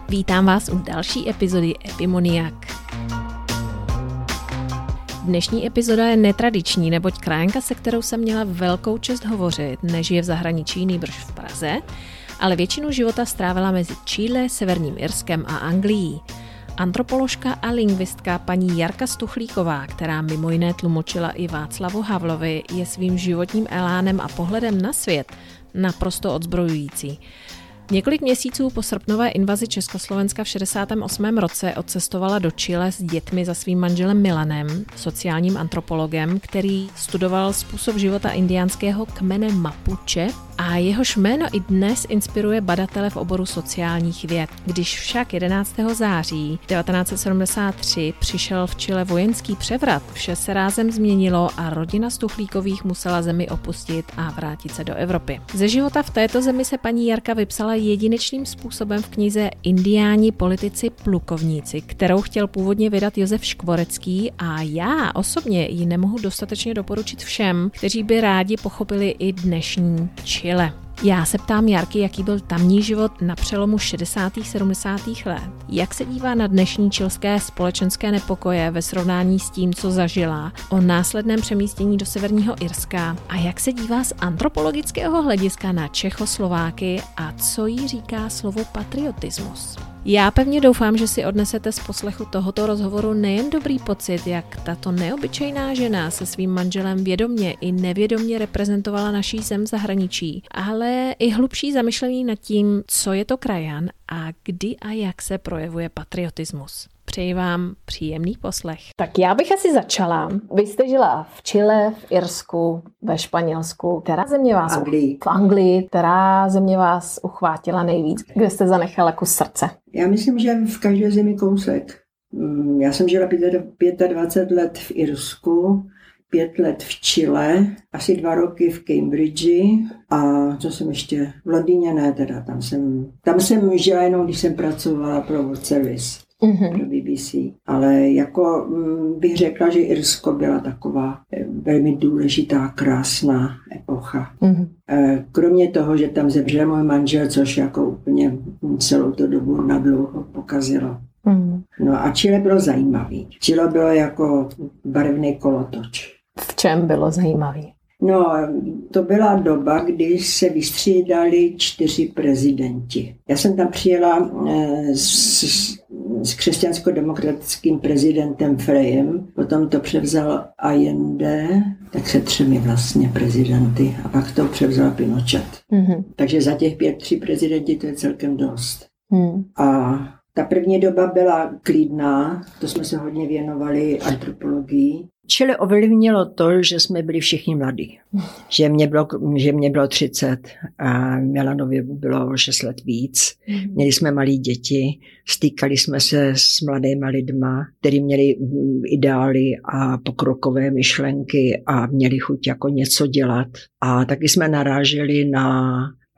Vítám vás u další epizody Epimoniak. Dnešní epizoda je netradiční, neboť krajanka, se kterou jsem měla velkou čest hovořit, nežije v zahraničí, nýbrž v Praze, ale většinu života strávila mezi Chile, Severním Irskem a Anglií. Antropoložka a lingvistka paní Jarka Stuchlíková, která mimo jiné tlumočila i Václavu Havlovi, je svým životním elánem a pohledem na svět naprosto odzbrojující. Několik měsíců po srpnové invazi Československa v 68. roce odcestovala do Chile s dětmi za svým manželem Milanem, sociálním antropologem, který studoval způsob života indiánského kmene Mapuche a jehož jméno i dnes inspiruje badatele v oboru sociálních věd. Když však 11. září 1973 přišel v Chile vojenský převrat, vše se rázem změnilo a rodina Stuchlíkových musela zemi opustit a vrátit se do Evropy. Ze života v této zemi se paní Jarka vypsala jedinečným způsobem v knize Indiáni, politici, plukovníci, kterou chtěl původně vydat Josef Škvorecký a já osobně ji nemohu dostatečně doporučit všem, kteří by rádi pochopili i dnešní Chile. Já se ptám Jarky, jaký byl tamní život na přelomu 60. 70. let. Jak se dívá na dnešní chilské společenské nepokoje ve srovnání s tím, co zažila, o následném přemístění do Severního Irska a jak se dívá z antropologického hlediska na Čechoslováky a co jí říká slovo patriotismus. Já pevně doufám, že si odnesete z poslechu tohoto rozhovoru nejen dobrý pocit, jak tato neobyčejná žena se svým manželem vědomě i nevědomě reprezentovala naší zem v zahraničí, ale i hlubší zamyšlení nad tím, co je to krajan a kdy a jak se projevuje patriotismus. Přeji vám příjemný poslech. Tak já bych asi začala. Vy jste žila v Chile, v Irsku, ve Španělsku. Která země vás v Anglii, která země vás uchvátila nejvíc? Kde jste zanechala kus srdce? Já myslím, že v každé zemi kousek. Já jsem žila 25 let v Irsku, 5 let v Chile, asi 2 roky v Cambridge a co jsem ještě v Londýně, ne teda, tam jsem žila jenom, když jsem pracovala pro World Service. Pro BBC. Ale jako bych řekla, že Irsko byla taková velmi důležitá, krásná epocha. Kromě toho, že tam zemřel můj manžel, což jako úplně celou tu dobu nadlouho pokazilo. No a Chile bylo zajímavý. Chile bylo jako barevný kolotoč. V čem bylo zajímavý? No, to byla doba, kdy se vystřídali 4 prezidenti. Já jsem tam přijela s křesťansko-demokratickým prezidentem Freyem, potom to převzal Allende, tak se 3 vlastně prezidenty a pak to převzal Pinochet. Takže za těch 3 prezidenti to je celkem dost. A ta první doba byla klidná, to jsme se hodně věnovali antropologii. Čili ovlivnilo to, že jsme byli všichni mladí. Že mě bylo 30 a Milanovi bylo 6 let víc. Měli jsme malé děti, stýkali jsme se s mladýma lidma, kteří měli ideály a pokrokové myšlenky a měli chuť jako něco dělat. A taky jsme naráželi na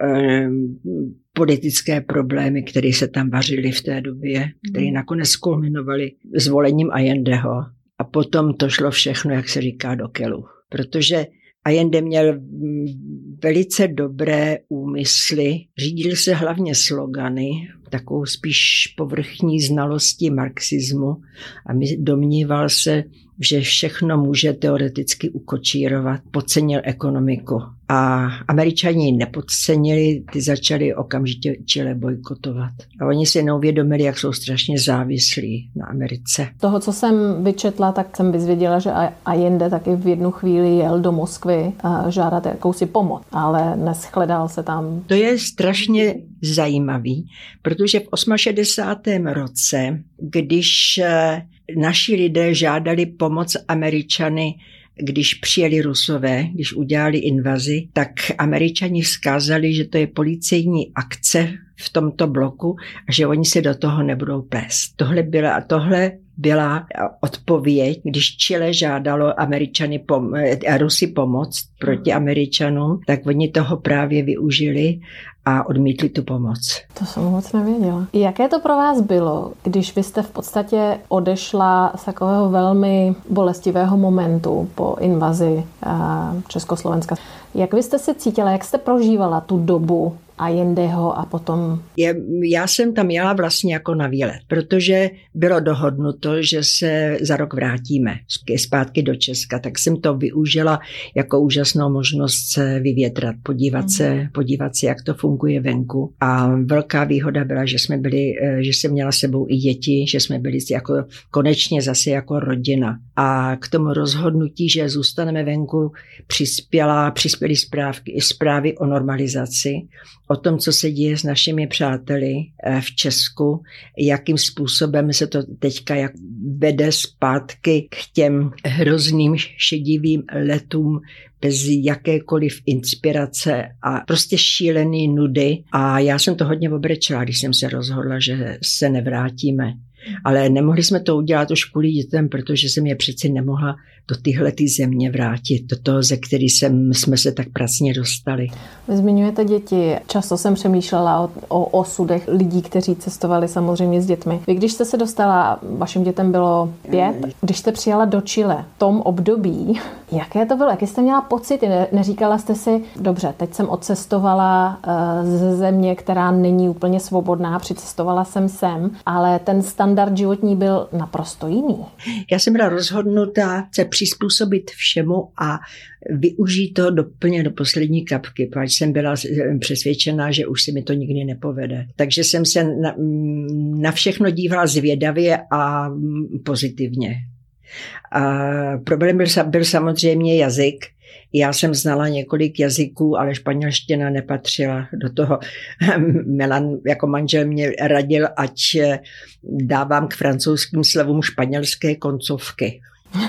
politické problémy, které se tam vařily v té době, které nakonec kulminovaly zvolením Allendeho. A potom to šlo všechno, jak se říká, do kelu. Protože Allende měl velice dobré úmysly, řídil se hlavně slogany, takovou spíš povrchní znalosti marxismu a domníval se, že všechno může teoreticky ukočírovat, podcenil ekonomiku. A Američani nepodcenili, ty začali okamžitě Chile bojkotovat. A oni si neuvědomili, jak jsou strašně závislí na Americe. Z toho, co jsem vyčetla, tak jsem vyzvěděla, že Allende taky v jednu chvíli jel do Moskvy žádat jakousi pomoc, ale neschledal se tam. To je strašně zajímavý, protože v 68. roce, když naši lidé žádali pomoc Američany, když přijeli Rusové, když udělali invazi, tak Američani vzkázali, že to je policejní akce v tomto bloku a že oni se do toho nebudou plést. Tohle byla odpověď, když Chile žádalo Američany a Rusy pomoct proti Američanům, tak oni toho právě využili a odmítli tu pomoc. To jsem moc nevěděla. Jaké to pro vás bylo, když vy jste v podstatě odešla z takového velmi bolestivého momentu po invazi Československa? Jak vy jste se cítila, jak jste prožívala tu dobu Allendeho a potom... Já jsem tam jela vlastně jako na výlet, protože bylo dohodnuto, že se za rok vrátíme zpátky do Česka, tak jsem to využila jako úžasnou možnost se vyvětrat, podívat se, jak to funguje venku. A velká výhoda byla, že jsem měla s sebou i děti, že jsme byli jako konečně zase jako rodina. A k tomu rozhodnutí, že zůstaneme venku, přispěly zprávy o normalizaci, o tom, co se děje s našimi přáteli v Česku, jakým způsobem se to teďka vede zpátky k těm hrozným šedivým letům bez jakékoliv inspirace a prostě šílený nudy. A já jsem to hodně obrečela, když jsem se rozhodla, že se nevrátíme. Ale nemohli jsme to udělat už kvůli dětem, protože jsem je přeci nemohla do tyhlety země vrátit, do toho, ze který jsme se tak pracně dostali. Vy zmiňujete děti. Často jsem přemýšlela o osudech lidí, kteří cestovali samozřejmě s dětmi. Vy, když jste se dostala, vašim dětem bylo 5, když jste přijela do Chile v tom období, jaké to bylo? Jaké jste měla pocity? Neříkala jste si, dobře, teď jsem odcestovala ze země, která není úplně svobodná, přicestovala jsem sem, ale ten standard životní byl naprosto jiný. Já jsem byla rozhodnutá se přizpůsobit všemu a využít to úplně do poslední kapky, protože jsem byla přesvědčená, že už se mi to nikdy nepovede. Takže jsem se na všechno dívala zvědavě a pozitivně. A problém byl samozřejmě jazyk. Já jsem znala několik jazyků, ale španělština nepatřila do toho. Milan jako manžel mě radil, ať dávám k francouzským slovům španělské koncovky.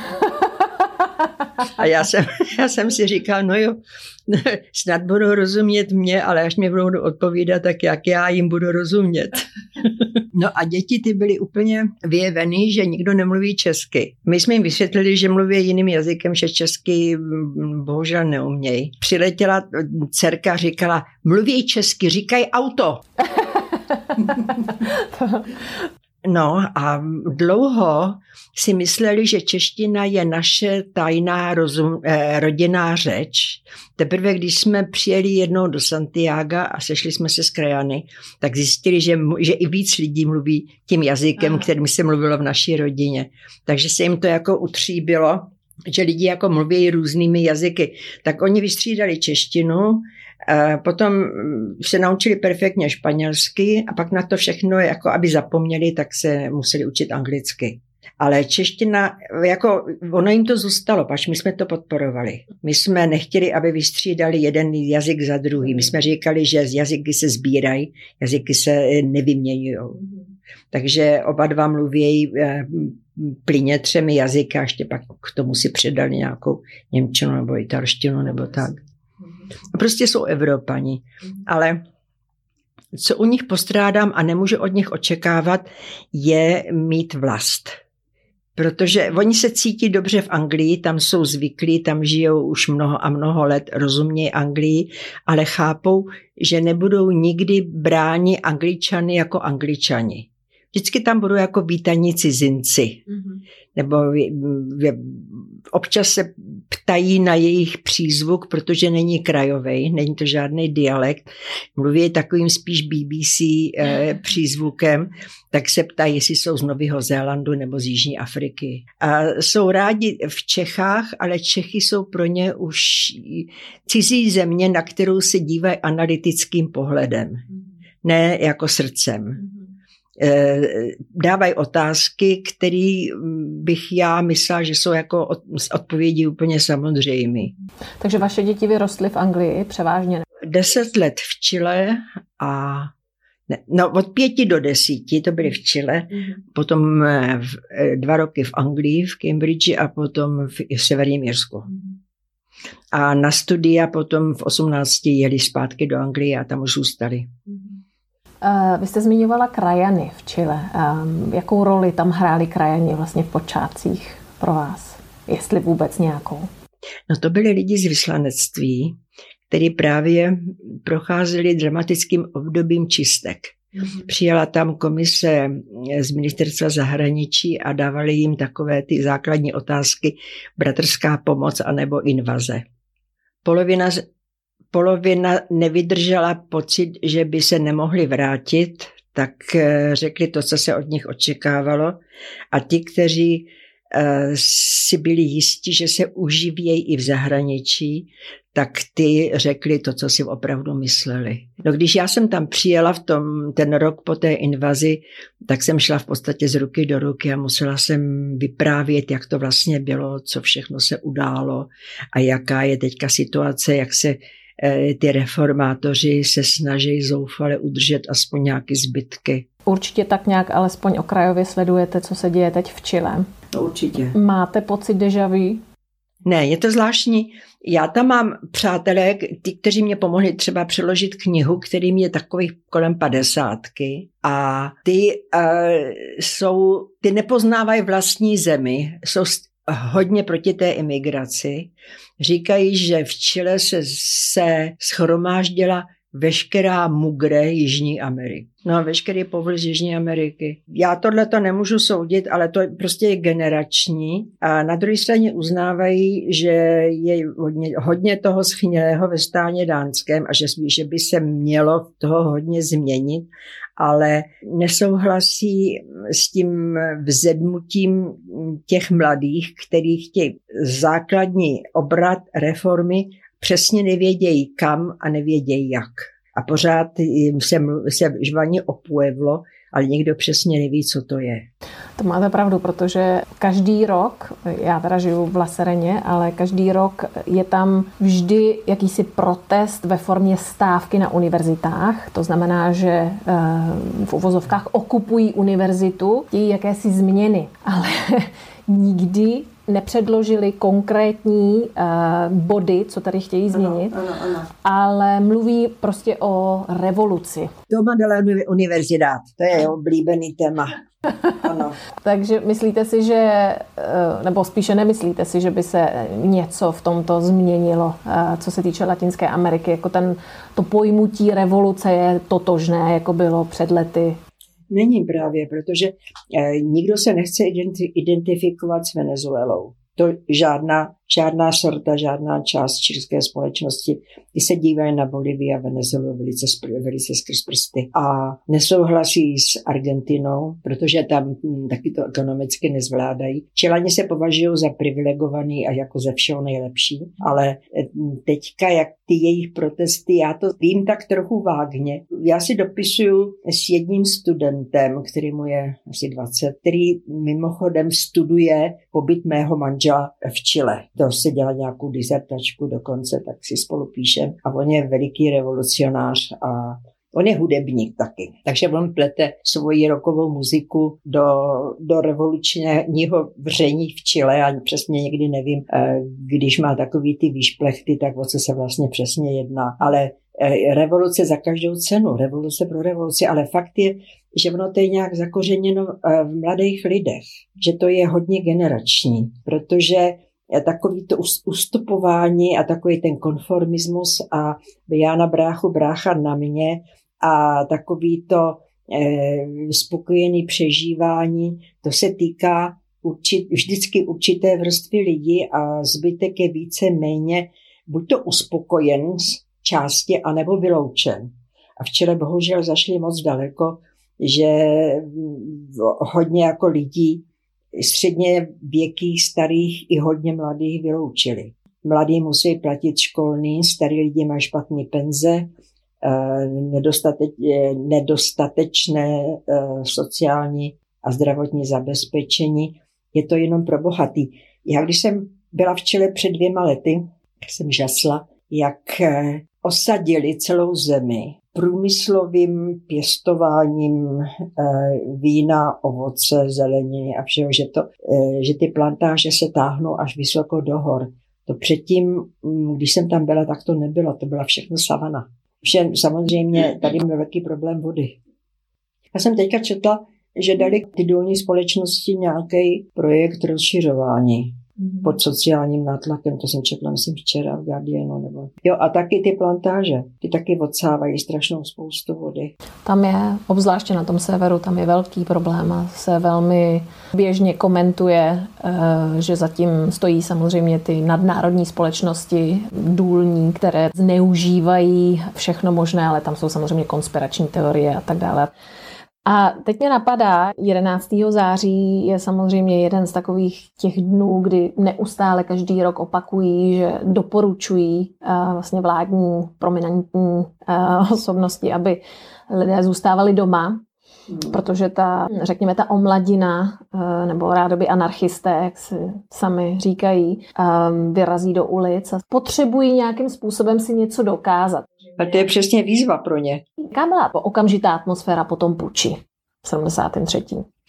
A já jsem si říkal, no jo, snad budou rozumět mě, ale až mě budou odpovídat, tak jak já jim budu rozumět. No a děti ty byly úplně vyjevený, že nikdo nemluví česky. My jsme jim vysvětlili, že mluví jiným jazykem, že česky bohužel neumějí. Přiletěla dcerka, říkala, mluví česky, říkají auto. No a dlouho si mysleli, že čeština je naše tajná rodinná řeč. Teprve, když jsme přijeli jednou do Santiaga a sešli jsme se s krajany, tak zjistili, že i víc lidí mluví tím jazykem, kterým se mluvilo v naší rodině. Takže se jim to jako utříbilo, že lidi jako mluví různými jazyky. Tak oni vystřídali češtinu, potom se naučili perfektně španělsky a pak na to všechno, jako aby zapomněli, tak se museli učit anglicky. Ale čeština, jako ono jim to zůstalo, pač my jsme to podporovali. My jsme nechtěli, aby vystřídali jeden jazyk za druhý. My jsme říkali, že jazyky se sbírají, jazyky se nevyměňují. Takže oba dva mluví plyně 3 jazyky a ještě pak k tomu si přidali nějakou němčinu nebo italštinu nebo tak. Prostě jsou Evropani, ale co u nich postrádám a nemůžu od nich očekávat, je mít vlast. Protože oni se cítí dobře v Anglii, tam jsou zvyklí, tam žijou už mnoho a mnoho let, rozumějí Anglii, ale chápou, že nebudou nikdy bráni Angličany jako Angličani. Vždycky tam budou jako vítaní cizinci. Mm-hmm. Nebo občas se ptají na jejich přízvuk, protože není krajovej, není to žádný dialekt. Mluví takovým spíš BBC přízvukem, tak se ptají, jestli jsou z Nového Zélandu nebo z Jižní Afriky. A jsou rádi v Čechách, ale Čechy jsou pro ně už cizí země, na kterou se dívají analytickým pohledem, ne jako srdcem. Dávají otázky, které bych já myslela, že jsou jako odpovědi úplně samozřejmé. Takže vaše děti vyrostly v Anglii převážně? 10 let v Chile a od 5 do 10 to byly v Chile, potom 2 roky v Anglii, v Cambridge a potom v Severním Irsku. A na studia potom v 18 jeli zpátky do Anglie a tam už zůstali. Vy jste zmiňovala krajany v Chile. Jakou roli tam hráli krajani vlastně v počátcích pro vás? Jestli vůbec nějakou? No to byli lidi z vyslanectví, kteří právě procházeli dramatickým obdobím čistek. Přijela tam komise z ministerstva zahraničí a dávali jim takové ty základní otázky, bratrská pomoc anebo invaze. polovina nevydržela pocit, že by se nemohli vrátit, tak řekli to, co se od nich očekávalo. A ti, kteří si byli jistí, že se uživějí i v zahraničí, tak ty řekli to, co si opravdu mysleli. No, když já jsem tam přijela ten rok po té invazi, tak jsem šla v podstatě z ruky do ruky a musela jsem vyprávět, jak to vlastně bylo, co všechno se událo a jaká je teďka situace, jak se ty reformátoři se snaží zoufale udržet aspoň nějaké zbytky. Určitě tak nějak alespoň okrajově sledujete, co se děje teď v Chile. No, určitě. Máte pocit déjà vu? Ne, je to zvláštní. Já tam mám přátelé, ty, kteří mě pomohli třeba přeložit knihu, kterým je takových kolem 50. A ty nepoznávají vlastní zemi, jsou hodně proti té imigraci. Říkají, že v Chile se shromáždila veškerá mugre Jižní Ameriky. No, veškerý povl z Jižní Ameriky. Já tohleto nemůžu soudit, ale to prostě je generační. A na druhé straně uznávají, že je hodně toho schnilého ve stáně dánském a že by se mělo toho hodně změnit, ale nesouhlasí s tím vzedmutím těch mladých, kteří chtějí základní obrat reformy, přesně nevědějí kam a nevědějí jak. A pořád se žvaní o pueblo, ale nikdo přesně neví, co to je. To máte pravdu, protože každý rok, já teda žiju v La Sereně, ale každý rok je tam vždy jakýsi protest ve formě stávky na univerzitách. To znamená, že v uvozovkách okupují univerzitu, chtějí jakési změny, ale nikdy nepředložili konkrétní body, co tady chtějí změnit, ano. Ale mluví prostě o revoluci. Toma de la Universidad, to je oblíbený téma. Ano. Takže myslíte si, že, nebo spíše nemyslíte si, že by se něco v tomto změnilo, co se týče Latinské Ameriky, jako to pojmutí revoluce je totožné, jako bylo před lety? Není právě, protože nikdo se nechce identifikovat s Venezuelou. To žádná sorta, žádná část čilské společnosti. Ty se dívají na Bolívii a Venezuelu velice skrz prsty. A nesouhlasí s Argentinou, protože tam taky to ekonomicky nezvládají. Čilani se považují za privilegovaný a jako ze všeho nejlepší, ale teďka, jak ty jejich protesty, já to vím tak trochu vágně. Já si dopisuju s jedním studentem, který mu je asi 20, který mimochodem studuje pobyt mého manžela v Chile. To si dělá nějakou disertačku dokonce, tak si spolu píšem. A on je veliký revolucionář a on je hudebník taky. Takže on plete svoji rockovou muziku do revolučního vření v Chile a přesně někdy nevím, když má takový ty výšplechty, tak o co se vlastně přesně jedná. Ale revoluce za každou cenu, revoluce pro revoluci, ale fakt je, že ono to je nějak zakořeněno v mladých lidech, že to je hodně generační, protože takový to ustupování a takový ten konformismus a já na bráchu, brácha na mě a takový to spokojený přežívání, to se týká vždycky určité vrstvy lidí a zbytek je více méně buď to uspokojen z části, anebo vyloučen. A v Chile bohužel zašli moc daleko, že hodně jako lidí středně věkých, starých i hodně mladých vyloučili. Mladí musí platit školný, starý lidi mají špatné penze, nedostatečné sociální a zdravotní zabezpečení. Je to jenom pro bohatý. Já když jsem byla v Chile před 2 lety, jsem žasla, jak osadili celou zemi průmyslovým pěstováním vína, ovoce, zeleniny a všeho, že ty plantáže se táhnou až vysoko do hor. To předtím, když jsem tam byla, tak to nebylo, to byla všechno savana. Všem samozřejmě tady byl velký problém vody. Já jsem teďka četla, že dali ty důlní společnosti nějaký projekt rozšiřování. pod sociálním nátlakem, to jsem četla, myslím, včera v Guardianu. Nebo... Jo, a taky ty plantáže, ty taky odsávají strašnou spoustu vody. Tam je, obzvláště na tom severu, tam je velký problém a se velmi běžně komentuje, že zatím stojí samozřejmě ty nadnárodní společnosti důlní, které zneužívají všechno možné, ale tam jsou samozřejmě konspirační teorie a tak dále. A teď mě napadá, 11. září je samozřejmě jeden z takových těch dnů, kdy neustále každý rok opakují, že doporučují vlastně vládní prominentní osobnosti, aby lidé zůstávali doma, protože řekněme, ta omladina, nebo rádoby anarchisté, jak si sami říkají, vyrazí do ulic a potřebují nějakým způsobem si něco dokázat. A to je přesně výzva pro ně. Jaká byla okamžitá atmosféra po tom puči v 73.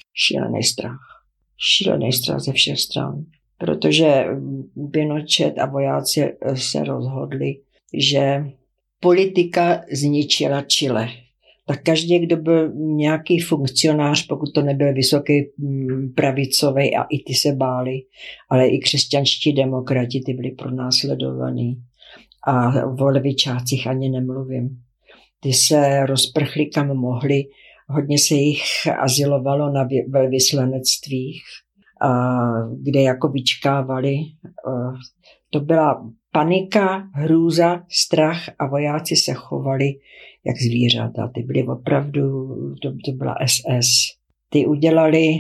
Šílený strach ze všech stran. Protože Pinochet a vojáci se rozhodli, že politika zničila Chile. Tak každý, kdo byl nějaký funkcionář, pokud to nebyl vysoký pravicový, a i ty se báli, ale i křesťanští demokrati, ty byli pronásledovaní. A o levičácích ani nemluvím. Ty se rozprchli kam mohli, hodně se jich azylovalo na velvyslanectvích, kde jako vyčkávali. To byla panika, hrůza, strach a vojáci se chovali jak zvířata. Ty byly opravdu, to byla SS. Ty udělali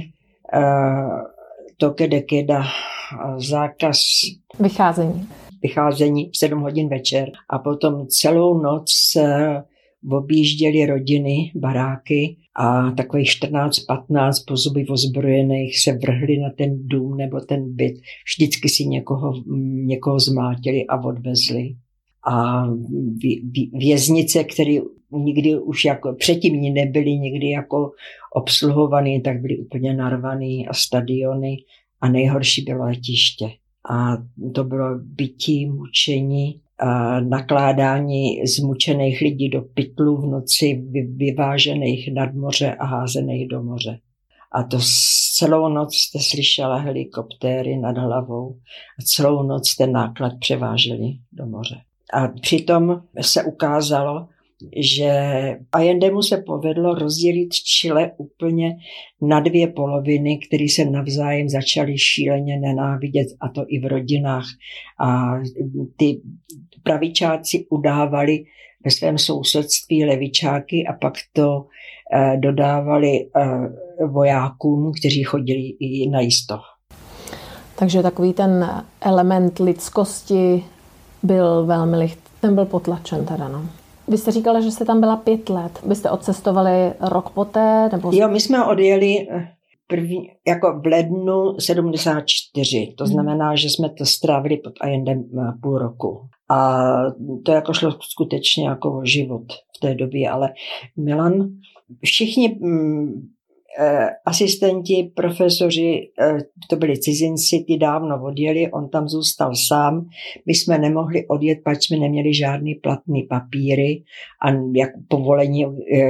toque de queda, zákaz vycházení v 7 hodin večer a potom celou noc objížděli rodiny, baráky a takových 14-15 po zuby ozbrojených se vrhli na ten dům nebo ten byt. Vždycky si někoho zmlátili a odvezli. A věznice, které nikdy už jako předtím nebyly nikdy jako obsluhovaný, tak byly úplně narvaný a stadiony a nejhorší bylo letiště. A to bylo bití, mučení, nakládání zmučených lidí do pytlů v noci, vyvážených nad moře a házených do moře. A to celou noc jste slyšela helikoptéry nad hlavou a celou noc ten náklad převáželi do moře. A přitom se ukázalo, že Allendemu se povedlo rozdělit Chile úplně na 2 poloviny, které se navzájem začaly šíleně nenávidět, a to i v rodinách. A ty pravičáci udávali ve svém sousedství levičáky a pak to dodávali vojákům, kteří chodili i na jisto. Takže takový ten element lidskosti byl velmi ten byl potlačen teda, no. Vy jste říkala, že jste tam byla 5 let. Vy jste odcestovali rok poté? Nebo... Jo, my jsme odjeli jako v lednu 74. To znamená, že jsme to strávili pod Allendem půl roku. A to jako šlo skutečně jako o život v té době. Ale Milan, všichni asistenti, profesoři, to byli cizinci, ty dávno odjeli, on tam zůstal sám. My jsme nemohli odjet, pač jsme neměli žádný platný papíry a jak povolení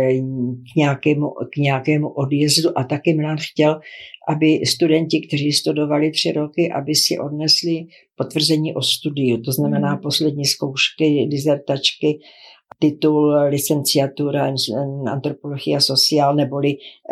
k nějakému odjezdu. A taky Milan chtěl, aby studenti, kteří studovali 3 roky, aby si odnesli potvrzení o studiu, to znamená poslední zkoušky, dizertačky, titul licenciatura antropologie sociál neboli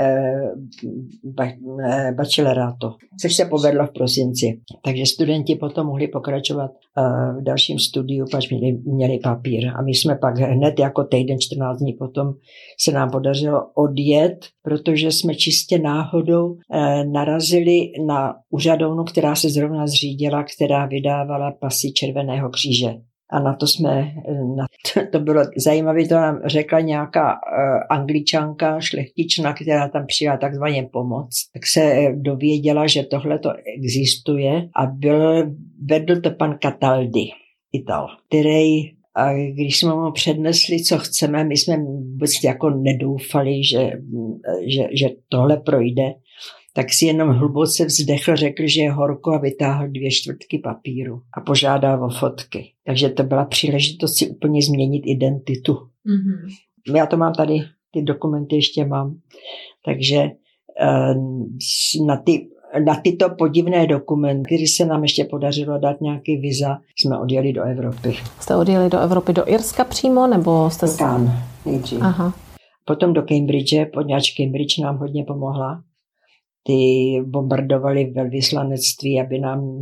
bacheloráto, což se povedlo v prosinci. Takže studenti potom mohli pokračovat v dalším studiu, pač měli papír. A my jsme pak hned jako týden, 14 dní potom se nám podařilo odjet, protože jsme čistě náhodou narazili na úřadovnu, která se zrovna zřídila, která vydávala pasy Červeného kříže. A na to to bylo zajímavé, to nám řekla nějaká Angličanka, šlechtična, která tam přijela takzvaně pomoct. Tak se dověděla, že tohle to existuje a vedl to pan Cataldi, Ital, který, když jsme mu přednesli, co chceme, my jsme vůbec jako nedoufali, že tohle projde, tak si jenom hluboce vzdechl, řekl, že je horko a vytáhl 2/4 papíru a požádal o fotky. Takže to byla příležitost si úplně změnit identitu. Mm-hmm. Já to mám tady, ty dokumenty ještě mám. Takže na ty na tyto podivné dokumenty, když se nám ještě podařilo dát nějaký víza, jsme odjeli do Evropy. Jste odjeli do Evropy, do Irska přímo, nebo jste... Do Cannes nejdřív. Aha. Potom do Cambridge, poněvadž Cambridge nám hodně pomohla. Ty bombardovali velvyslanectví, aby nám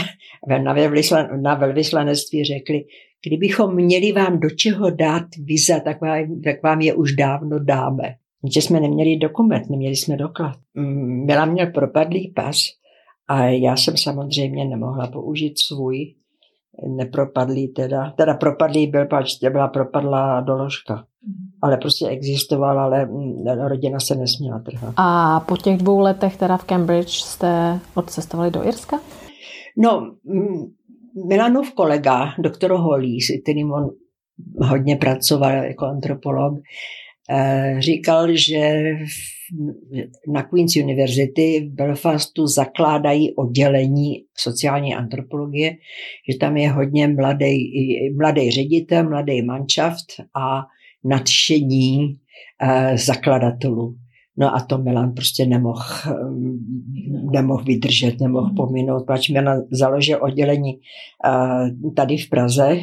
na velvyslanectví řekli, kdybychom měli vám do čeho dát víza, tak vám je už dávno dáme. Že jsme neměli dokument, neměli jsme doklad. Milan měl propadlý pas a já jsem samozřejmě nemohla použít svůj nepropadlý, teda propadlý byla propadlá doložka. Ale prostě existovala, ale rodina se nesměla trhat. A po těch 2 letech teda v Cambridge jste odcestovali do Irska? No, Milanův kolega, doktor Holý, s kterým on hodně pracoval jako antropolog, říkal, že na Queen's University v Belfastu zakládají oddělení sociální antropologie, že tam je hodně mladý ředitel, mladý manšaft a nadšení zakladatelů. No a to Milan prostě nemohl vydržet, nemohl pominout, protože Milan založil oddělení tady v Praze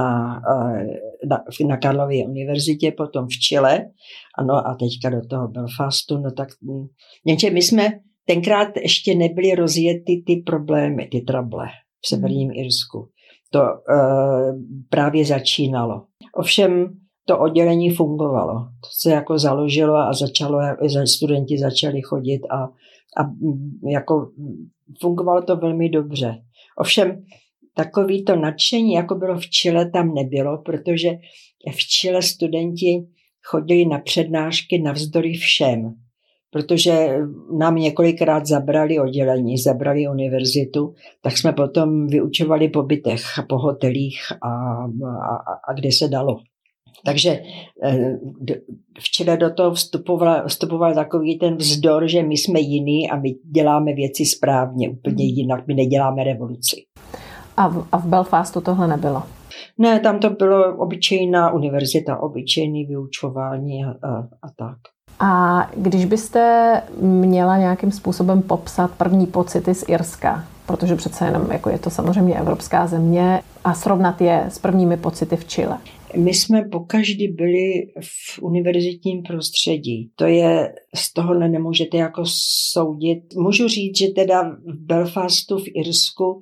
na Karlově univerzitě, potom v Chile, ano, a teďka do toho Belfastu. No tak, jenže my jsme tenkrát ještě nebyli rozjety ty problémy, ty trable v Severním Irsku. To právě začínalo. Ovšem to oddělení fungovalo. To se jako založilo a studenti začali chodit a jako fungovalo to velmi dobře. Ovšem takový to nadšení, jako bylo v Chile, tam nebylo, protože v Chile studenti chodili na přednášky navzdory všem, protože nám několikrát zabrali oddělení, zabrali univerzitu, tak jsme potom vyučovali po bytech a po hotelích a kde se dalo. Takže v Chile do toho vstupoval takový ten vzdor, že my jsme jiní a my děláme věci správně, úplně jinak, my neděláme revoluci. A v Belfastu tohle nebylo? Ne, tam to bylo obyčejná univerzita, obyčejný vyučování a tak. A když byste měla nějakým způsobem popsat první pocity z Irska, protože přece jenom jako je to samozřejmě evropská země, a srovnat je s prvními pocity v Chile? My jsme pokaždý byli v univerzitním prostředí. To je, z tohohle nemůžete jako soudit. Můžu říct, že teda v Belfastu v Irsku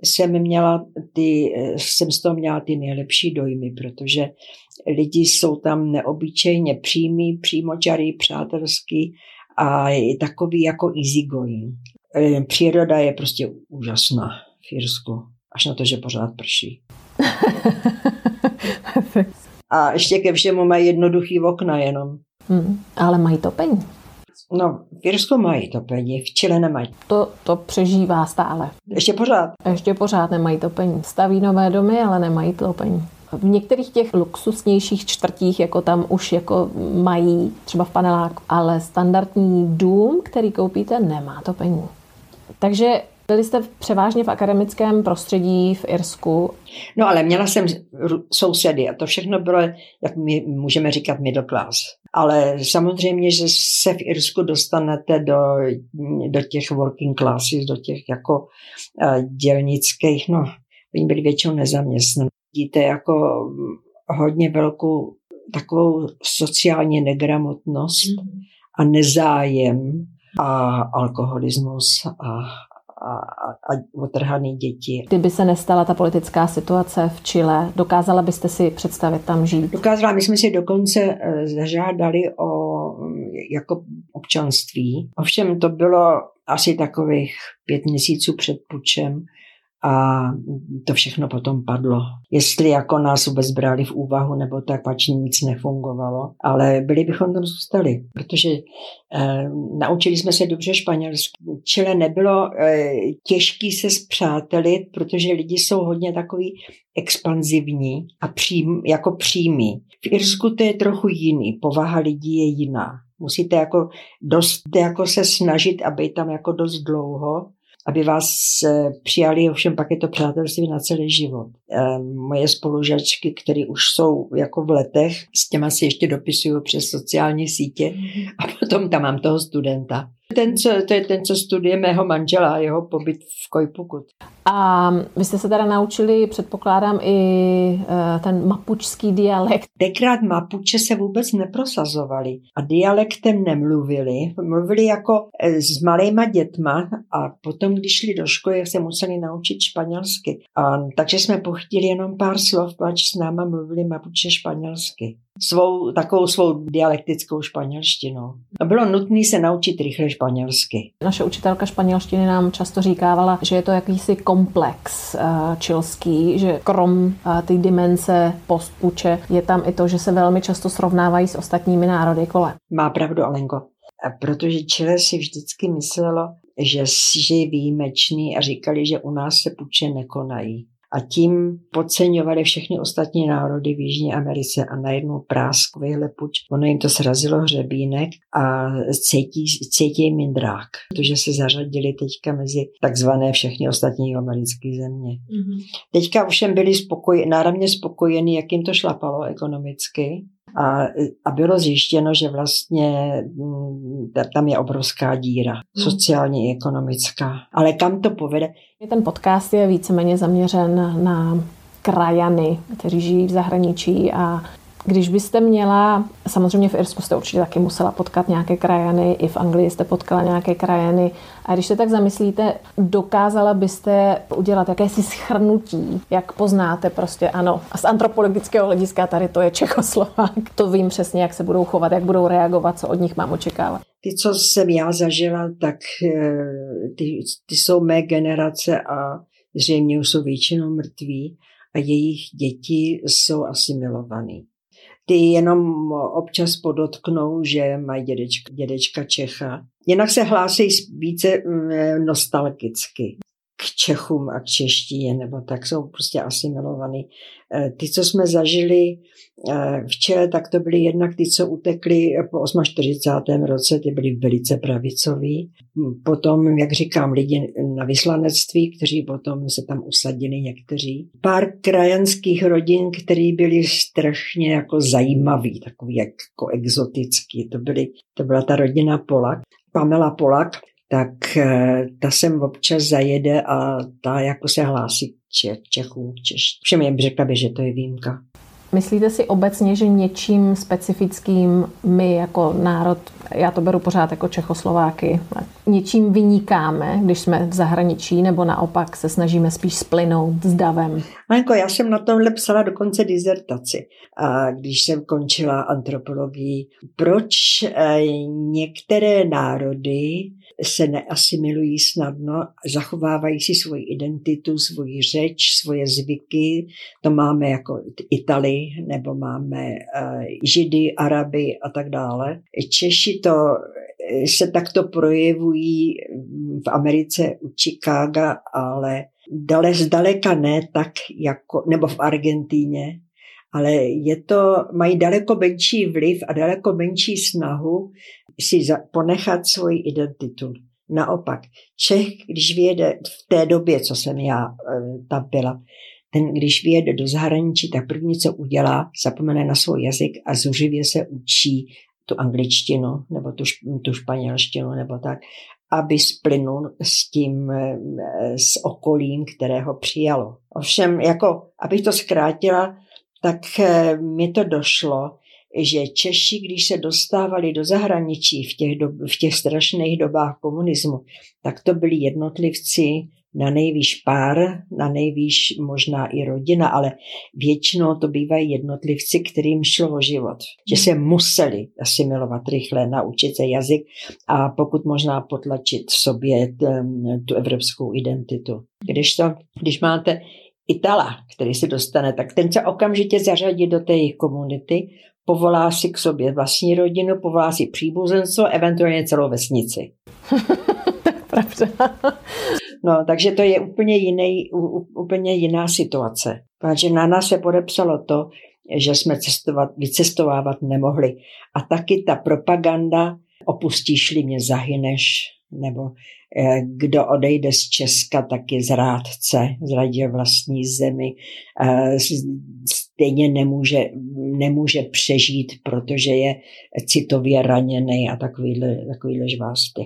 jsem z toho měla ty nejlepší dojmy, protože lidi jsou tam neobyčejně přímí, přímočarý, přátelský a je takový jako easygoing. Příroda je prostě úžasná v Irsku, až na to, že pořád prší. A ještě ke všemu mají jednoduchý okna jenom. Ale mají topení. No, v Irsku mají topení, v Chile nemají. To přežívá stále. Ještě pořád nemají topení. Staví nové domy, ale nemají topení. V některých těch luxusnějších čtvrtích, jako tam už jako mají, třeba v paneláku, ale standardní dům, který koupíte, nemá topení. Takže byli jste převážně v akademickém prostředí v Irsku. No ale měla jsem sousedy a to všechno bylo, jak my můžeme říkat, middle class. Ale samozřejmě, že se v Irsku dostanete do těch working classes, do těch jako dělnických, no, oni byli většinou nezaměstnaní. Vidíte jako hodně velkou takovou sociální negramotnost a nezájem a alkoholismus a otrhaný děti. Kdyby se nestala ta politická situace v Chile, dokázala byste si představit tam žít? Dokázala, my jsme si dokonce zažádali o jako občanství. Ovšem to bylo asi takových 5 měsíců před pučem a to všechno potom padlo. Jestli jako nás vůbec brali v úvahu, nebo tak pač nic nefungovalo, ale byli bychom tam zůstali, protože naučili jsme se dobře španělsky. Chile nebylo těžký se spřátelit, protože lidi jsou hodně takový expanzivní a jako přímí. V Irsku to je trochu jiný, povaha lidí je jiná. Musíte jako se snažit, aby tam jako dost dlouho, aby vás přijali, ovšem pak je to přátelství na celý život. Moje spolužačky, které už jsou jako v letech, s těma si ještě dopisuju přes sociální sítě a potom tam mám toho studenta. To je ten, co studuje mého manžela, jeho pobyt v Kojpukut. A vy jste se teda naučili, předpokládám, i ten mapučský dialekt. Tenkrát Mapuče se vůbec neprosazovali a dialektem nemluvili. Mluvili jako s malejma dětma a potom, když šli do školy, se museli naučit španělsky. Takže jsme pochytili jenom pár slov, pač s náma mluvili Mapuče španělsky. Takovou svou dialektickou španělštinou. A bylo nutné se naučit rychle španělsky. Naše učitelka španělštiny nám často říkávala, že je to jakýsi komplex chilský, že krom té dimenze postpuče je tam i to, že se velmi často srovnávají s ostatními národy kolem. Má pravdu, Alenko. Protože Chile si vždycky myslelo, že je výjimečný a říkali, že u nás se puče nekonají. A tím podceňovali všechny ostatní národy v Jižní Americe a najednou práskovýhle puč. Ono jim to srazilo hřebínek a cítí mindrák, protože se zařadili teďka mezi takzvané všechny ostatní americké země. Mm-hmm. Teďka ovšem byli náramně spokojení, jak jim to šlapalo ekonomicky. A bylo zjištěno, že vlastně tam je obrovská díra, sociální i ekonomická. Ale kam to povede? Ten podcast je víceméně zaměřen na krajany, kteří žijí v zahraničí a když byste měla, samozřejmě v Irsku jste určitě taky musela potkat nějaké krajany, i v Anglii jste potkala nějaké krajany. A když se tak zamyslíte, dokázala byste udělat jakési shrnutí, jak poznáte prostě ano. A z antropologického hlediska tady to je Čechoslovák. To vím přesně, jak se budou chovat, jak budou reagovat, co od nich mám očekávat. Ty, co jsem já zažila, tak ty jsou mé generace a zřejmě už jsou většinou mrtví a jejich děti jsou asimilovaný. Ty jenom občas podotknou, že mají dědečka Čecha. Jinak se hlásí více nostalgicky k Čechům a k češtině, nebo tak jsou prostě asimilovaný. Ty, co jsme zažili v Chile, tak to byly jednak ty, co utekli po 48. roce, ty byli velice pravicoví. Potom, jak říkám, lidi na vyslanectví, kteří potom se tam usadili někteří. Pár krajanských rodin, které byly strašně jako zajímavý, takový jako exotický. To byla ta rodina Polak, Pamela Polak, tak ta sem občas zajede a ta jako se hlásí k Čechům, všem jen řekla by, že to je výjimka. Myslíte si obecně, že něčím specifickým my jako národ, já to beru pořád jako Čechoslováky, něčím vynikáme, když jsme v zahraničí, nebo naopak se snažíme spíš splynout s davem? Malenko, já jsem na tomhle psala dokonce dizertaci, a když jsem končila antropologii. Proč některé národy se neasimilují snadno, zachovávají si svoji identitu, svoji řeč, svoje zvyky. To máme jako Itali, nebo máme Židy, Araby a tak dále. Češi se takto projevují v Americe u Chicaga, ale zdaleka ne tak jako, nebo v Argentíně, ale mají daleko menší vliv a daleko menší snahu si ponechat svoji identitu. Naopak, Čech, když vyjede v té době, co jsem já tam byla, když vyjede do zahraničí, tak první, co udělá, zapomene na svůj jazyk a zuřivě se učí tu angličtinu nebo tu španělštinu nebo tak, aby splynul s okolím, které ho přijalo. Ovšem, jako, abych to zkrátila, tak mi to došlo, že Češi, když se dostávali do zahraničí v těch strašných dobách komunismu, tak to byli jednotlivci, na nejvýš pár, na nejvýš možná i rodina, ale většinou to bývají jednotlivci, kterým šlo o život. Že se museli asimilovat rychle, naučit se jazyk a pokud možná potlačit v sobě tu evropskou identitu. Když máte Itala, který se dostane, tak ten se okamžitě zařadí do té jejich komunity, povolá si k sobě vlastní rodinu, povolá si příbuzenstvo, eventuálně celou vesnici. Pravda. No, takže to je úplně jiná situace. Protože na nás se podepsalo to, že jsme vycestovávat nemohli. A taky ta propaganda, opustíš-li mě, zahyneš, nebo kdo odejde z Česka, tak je zrádce, zradil vlastní zemi, stejně nemůže přežít, protože je citově raněný a takovýhle žvásty.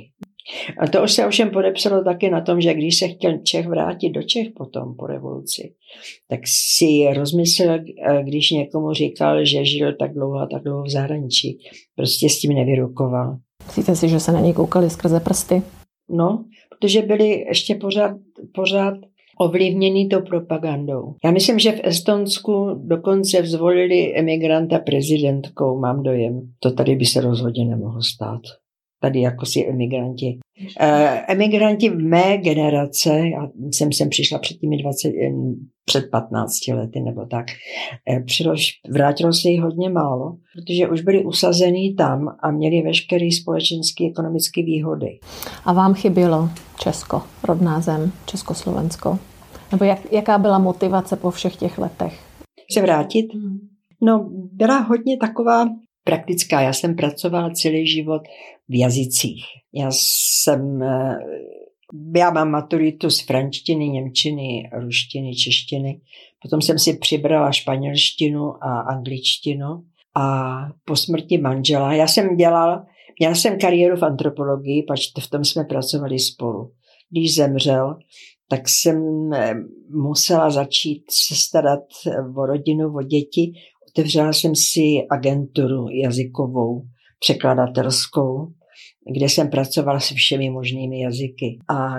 A to už se ovšem podepsalo taky na tom, že když se chtěl Čech vrátit do Čech potom po revoluci, tak si rozmyslel, když někomu říkal, že žil tak dlouho v zahraničí. Prostě s tím nevyrukoval. Myslíte si, že se na něj koukali skrze prsty? No, protože byli ještě pořád ovlivněný tou propagandou. Já myslím, že v Estonsku dokonce zvolili emigranta prezidentkou, mám dojem. To tady by se rozhodně nemohlo stát. Tady jako si emigranti. Emigranti v mé generace, já jsem sem přišla před 15 lety nebo tak, vrátilo se jich hodně málo, protože už byli usazený tam a měli veškeré společenské ekonomické výhody. A vám chybělo Česko, rodná zem, Československo? Nebo jaká byla motivace po všech těch letech? Se vrátit? No, byla hodně taková praktická. Já jsem pracovala celý život v jazycích. Já mám maturitu z franštiny, němčiny, ruštiny, češtiny. Potom jsem si přibrala španělštinu a angličtinu. A po smrti manžela, měla jsem kariéru v antropologii, pač v tom jsme pracovali spolu. Když zemřel, tak jsem musela začít se starat o rodinu, o děti. Otevřela jsem si agenturu jazykovou, překladatelskou, kde jsem pracovala se všemi možnými jazyky. A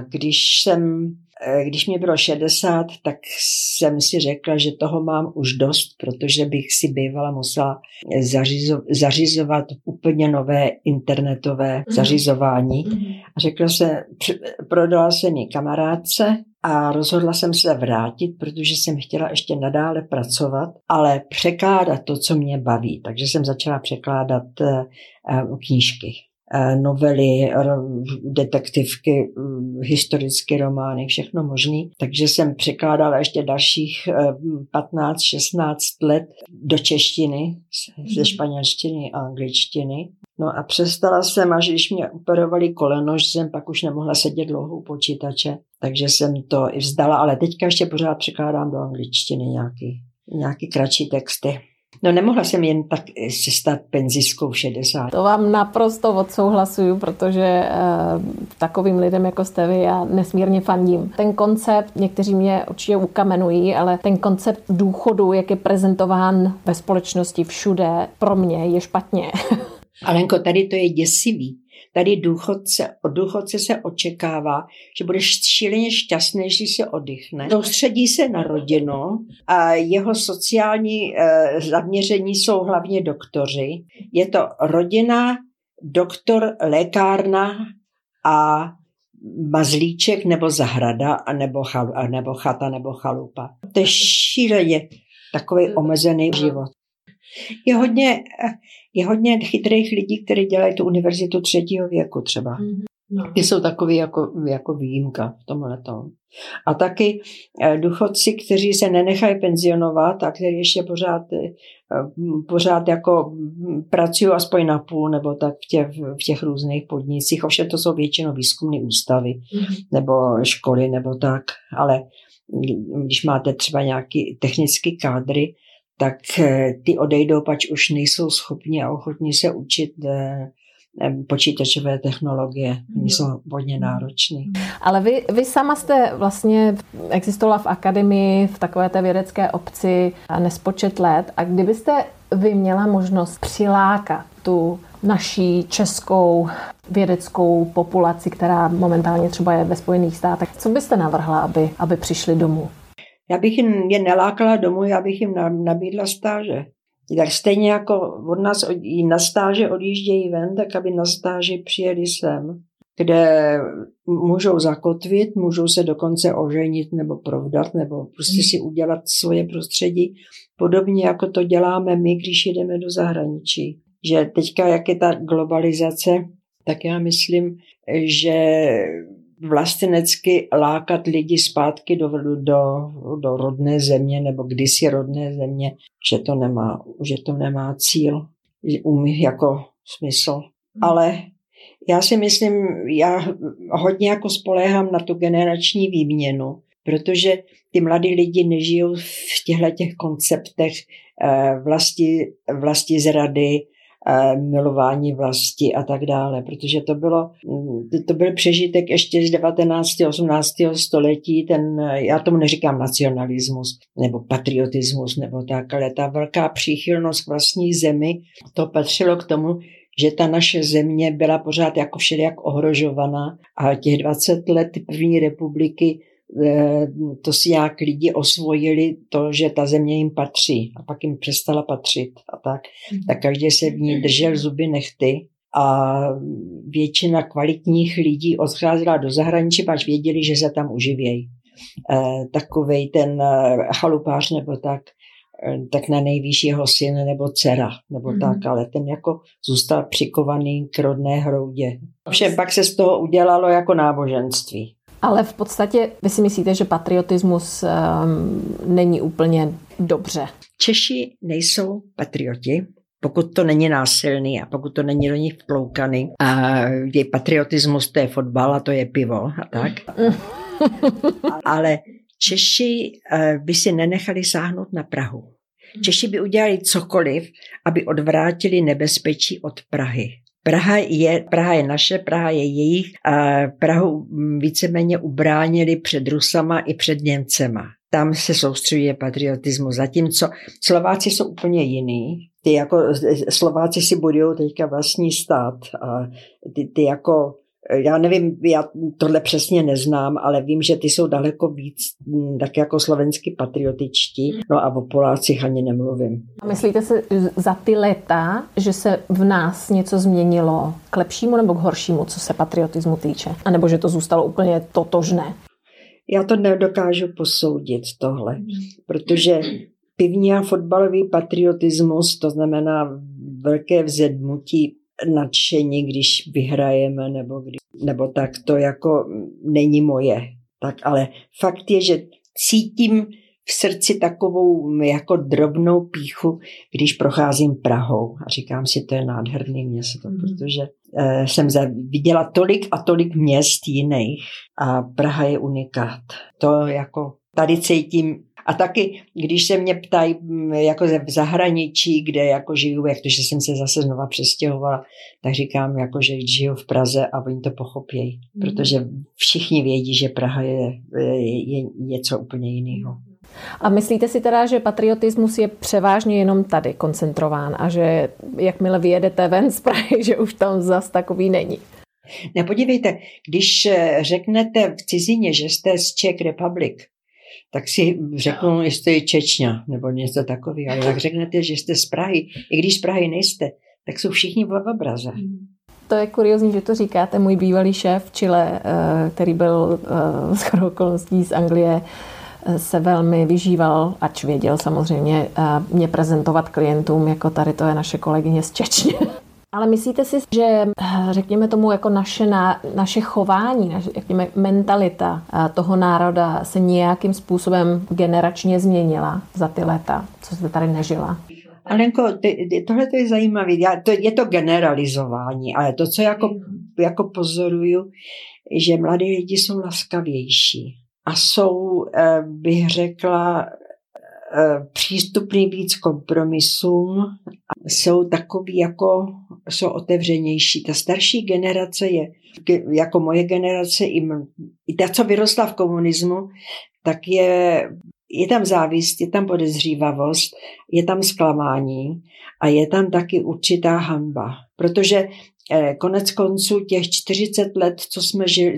když mě bylo 60, tak jsem si řekla, že toho mám už dost, protože bych si bývala musela zařizovat úplně nové internetové zařizování. A prodala jsem ji kamarádce a rozhodla jsem se vrátit, protože jsem chtěla ještě nadále pracovat, ale překládat to, co mě baví. Takže jsem začala překládat knížky, novely, detektivky, historické romány, všechno možný. Takže jsem překládala ještě dalších 15-16 let do češtiny, ze španělštiny a angličtiny. No a přestala jsem, až když mě operovali koleno, že jsem pak už nemohla sedět dlouho u počítače, takže jsem to i vzdala, ale teďka ještě pořád překládám do angličtiny nějaký kratší texty. No nemohla jsem jen tak se stát penzistkou v 60. To vám naprosto odsouhlasuju, protože takovým lidem, jako jste vy, já nesmírně fandím. Ten koncept, někteří mě určitě ukamenují, ale ten koncept důchodu, jak je prezentován ve společnosti všude, pro mě je špatně. Alenko, tady to je děsivý. Tady od důchodce se očekává, že budeš šíleně šťastný, když se oddychne. Soustředí se na rodinu a jeho sociální zaměření jsou hlavně doktoři. Je to rodina, doktor, lékárna a mazlíček nebo zahrada, nebo chata nebo chalupa. To je šíleně takový omezený život. Je hodně chytrých lidí, kteří dělají tu univerzitu 3. věku třeba. Ty jsou takový jako výjimka v tomhletom. A taky důchodci, kteří se nenechají penzionovat a kteří ještě pořád jako pracují aspoň na půl nebo tak v těch různých podnicích. Ovšem to jsou většinou výzkumné ústavy nebo školy nebo tak. Ale když máte třeba nějaký technický kádry, tak ty odejdou, pač už nejsou schopni a ochotní se učit počítačové technologie. Oni jsou hodně náročný. Ale vy sama jste vlastně existovala v akademii, v takové té vědecké obci nespočet let. A kdybyste vy měla možnost přilákat tu naší českou vědeckou populaci, která momentálně třeba je ve Spojených státech, co byste navrhla, aby přišli domů? Já bych je nelákala domů, já bych jim nabídla stáže. Tak stejně jako od nás na stáže odjíždějí ven, tak aby na stáži přijeli sem, kde můžou zakotvit, můžou se dokonce oženit nebo provdat, nebo prostě si udělat svoje prostředí. Podobně jako to děláme my, když jdeme do zahraničí. Že teďka, jak je ta globalizace, tak já myslím, že vlastenecky lákat lidi zpátky do rodné země nebo kdysi rodné země, že to nemá cíl, jako smysl. Ale já si myslím, já hodně jako spoléhám na tu generační výměnu, protože ty mladí lidi nežijou v těchto konceptech vlasti zrady, milování vlasti a tak dále, protože to byl přežitek ještě z 19. 18. století, já tomu neříkám nacionalismus nebo patriotismus nebo tak, ale ta velká příchylnost k vlastní zemi, to patřilo k tomu, že ta naše země byla pořád jako všelijak ohrožovaná a těch 20 let první republiky to si nějak lidi osvojili to, že ta země jim patří a pak jim přestala patřit a tak každý se v ní držel zuby nehty a většina kvalitních lidí odcházela do zahraničí, až věděli, že se tam uživějí. Takovej ten chalupář nebo tak na nejvýš jeho syn nebo dcera, nebo tak, ale ten jako zůstal přikovaný k rodné hroudě. Všem pak se z toho udělalo jako náboženství. Ale v podstatě vy si myslíte, že patriotismus není úplně dobře? Češi nejsou patrioti, pokud to není násilný a pokud to není do nich vtloukaný. A je patriotismus, to je fotbal a to je pivo a tak. Ale Češi by si nenechali sáhnout na Prahu. Češi by udělali cokoliv, aby odvrátili nebezpečí od Prahy. Praha je naše, Praha je jejich a Prahu víceméně ubránili před Rusama i před Němcema. Tam se soustředuje patriotismus, zatímco Slováci jsou úplně jiný. Slováci si budují teďka vlastní stát a ty jako já nevím, já tohle přesně neznám, ale vím, že ty jsou daleko víc tak jako slovensky patriotičtí, no a o Polácích ani nemluvím. A myslíte si za ty léta, že se v nás něco změnilo k lepšímu nebo k horšímu, co se patriotismu týče? A nebo že to zůstalo úplně totožné? Já to nedokážu posoudit tohle, protože pivní a fotbalový patriotismus, to znamená velké vzedmutí, nadšení, když vyhrajeme nebo tak, to jako není moje. Tak, ale fakt je, že cítím v srdci takovou jako drobnou pýchu, když procházím Prahou a říkám si, to je nádherný město, protože jsem viděla tolik a tolik měst jiných a Praha je unikát. To jako tady cítím. A taky, když se mě ptají jako v zahraničí, kde jako žiju, jak to, že jsem se zase znova přestěhovala, tak říkám, jako, že žiju v Praze a oni to pochopějí. Protože všichni vědí, že Praha je něco úplně jiného. A myslíte si teda, že patriotismus je převážně jenom tady koncentrován a že jakmile vyjedete ven z Prahy, že už tam zas takový není? Ne, podívejte, když řeknete v cizině, že jste z Czech Republic, tak si řeknu, jestli je Čečňa nebo něco takového. Ale jak řeknete, že jste z Prahy, i když z Prahy nejste, tak jsou všichni v obraze. To je kuriózní, že to říkáte. Můj bývalý šéf v Chile, který byl shodou okolností z Anglie, se velmi vyžíval, ač věděl samozřejmě, mě prezentovat klientům, jako tady to je naše kolegyně z Čečně. Ale myslíte si, že řekněme tomu jako naše chování, řekněme mentalita toho národa se nějakým způsobem generačně změnila za ty léta, co jste tady nežila? Alenko, tohle je zajímavé. Je to generalizování, ale to, co jako pozoruju, že mladí lidi jsou laskavější a jsou, bych řekla, přístupný víc kompromisům, jsou takový jsou otevřenější. Ta starší generace je, jako moje generace, i ta, co vyrostla v komunismu, tak je tam závist, je tam podezřívavost, je tam zklamání a je tam taky určitá hanba. Protože konec konců těch 40 let, co jsme žili,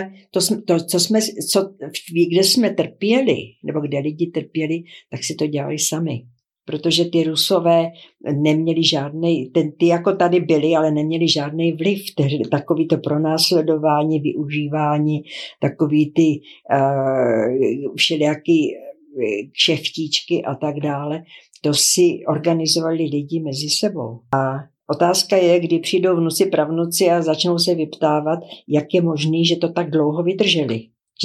kde jsme trpěli, nebo kde lidi trpěli, tak si to dělali sami. Protože ty Rusové neměli žádnej, ty jako tady byli, ale neměli žádný vliv. Takový to pronásledování, využívání, takový ty všelijaký kšeftíčky a tak dále, to si organizovali lidi mezi sebou. A otázka je, kdy přijdou vnuci, pravnuci a začnou se vyptávat, jak je možný, že to tak dlouho vydrželi.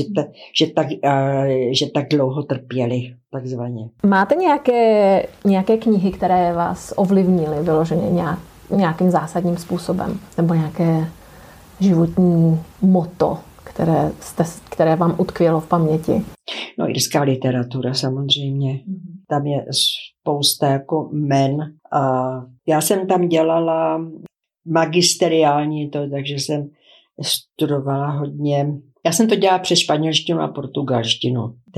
Že tak dlouho trpěli, takzvaně. Máte nějaké knihy, které vás ovlivnily vyloženě nějakým zásadním způsobem? Nebo nějaké životní motto, které vám utkvělo v paměti? No, irská literatura samozřejmě. Tam je spousta jako men. A já jsem tam dělala magisteriální takže jsem studovala hodně. Já jsem to dělala přes španělštinu a portugalštinu,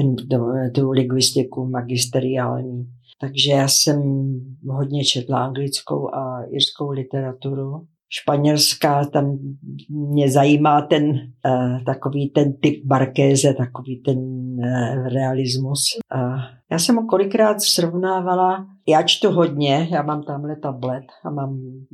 tu lingvistiku magisteriální. Takže já jsem hodně četla anglickou a irskou literaturu. Španělská, tam mě zajímá takový ten typ Markéze, takový ten realismus. Já jsem ho kolikrát srovnávala, já čtu hodně, já mám tamhle tablet a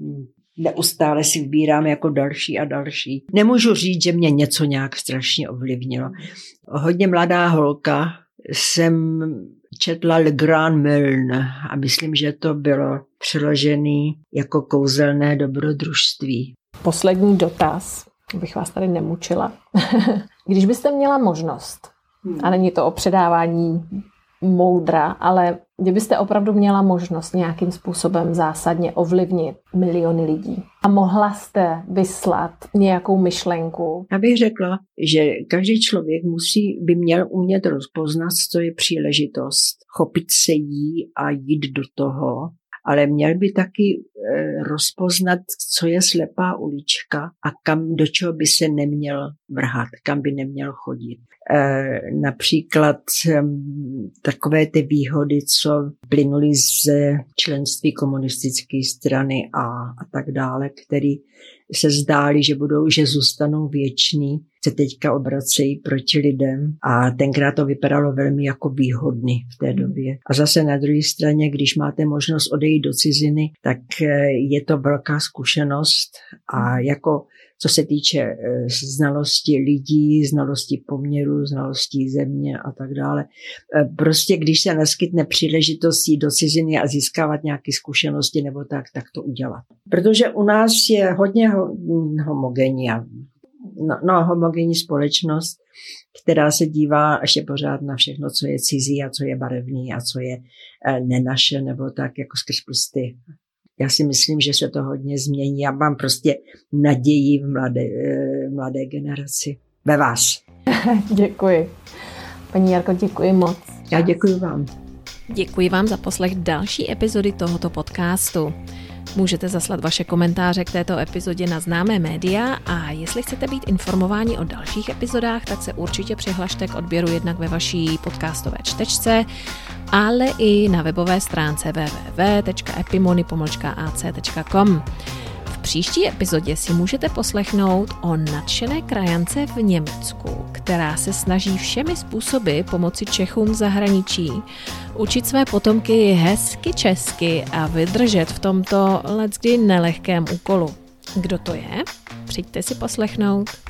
neustále si vybírám jako další a další. Nemůžu říct, že mě něco nějak strašně ovlivnilo. Hodně mladá holka jsem četla Le Grand Meurne a myslím, že to bylo přeložený jako kouzelné dobrodružství. Poslední dotaz, abych vás tady nemučila. Když byste měla možnost, a není to o předávání moudra, ale kdybyste opravdu měla možnost nějakým způsobem zásadně ovlivnit miliony lidí a mohla jste vyslat nějakou myšlenku. Já bych řekla, že každý člověk by měl umět rozpoznat, co je příležitost, chopit se jí a jít do toho, ale měl by taky rozpoznat, co je slepá ulička a do čeho by se neměl vrhat, kam by neměl chodit. Například takové ty výhody, co plynuly z členství komunistické strany a tak dále, které se zdály, že zůstanou věčný, se teďka obracejí proti lidem a tenkrát to vypadalo velmi jako výhodný v té době. A zase na druhé straně, když máte možnost odejít do ciziny, tak je to velká zkušenost a jako co se týče znalosti lidí, znalosti poměru, znalosti země a tak dále. Prostě když se naskytne příležitost jít do ciziny a získávat nějaké zkušenosti nebo tak to udělat. Protože u nás je hodně homogenní společnost, která se dívá ještě pořád na všechno, co je cizí a co je barevný a co je nenaše nebo tak jako skrz prsty. Já si myslím, že se to hodně změní. Já mám prostě naději v mladé generaci. Ve vás. Děkuji. Paní Jarko, děkuji moc. Já děkuji vám. Děkuji vám za poslech další epizody tohoto podcastu. Můžete zaslat vaše komentáře k této epizodě na známé média a jestli chcete být informováni o dalších epizodách, tak se určitě přihlašte k odběru jednak ve vaší podcastové čtečce, ale i na webové stránce www.epimony-ac.com. V příští epizodě si můžete poslechnout o nadšené krajance v Německu, která se snaží všemi způsoby pomoci Čechům v zahraničí, učit své potomky hezky česky a vydržet v tomto leckdy nelehkém úkolu. Kdo to je? Přijďte si poslechnout.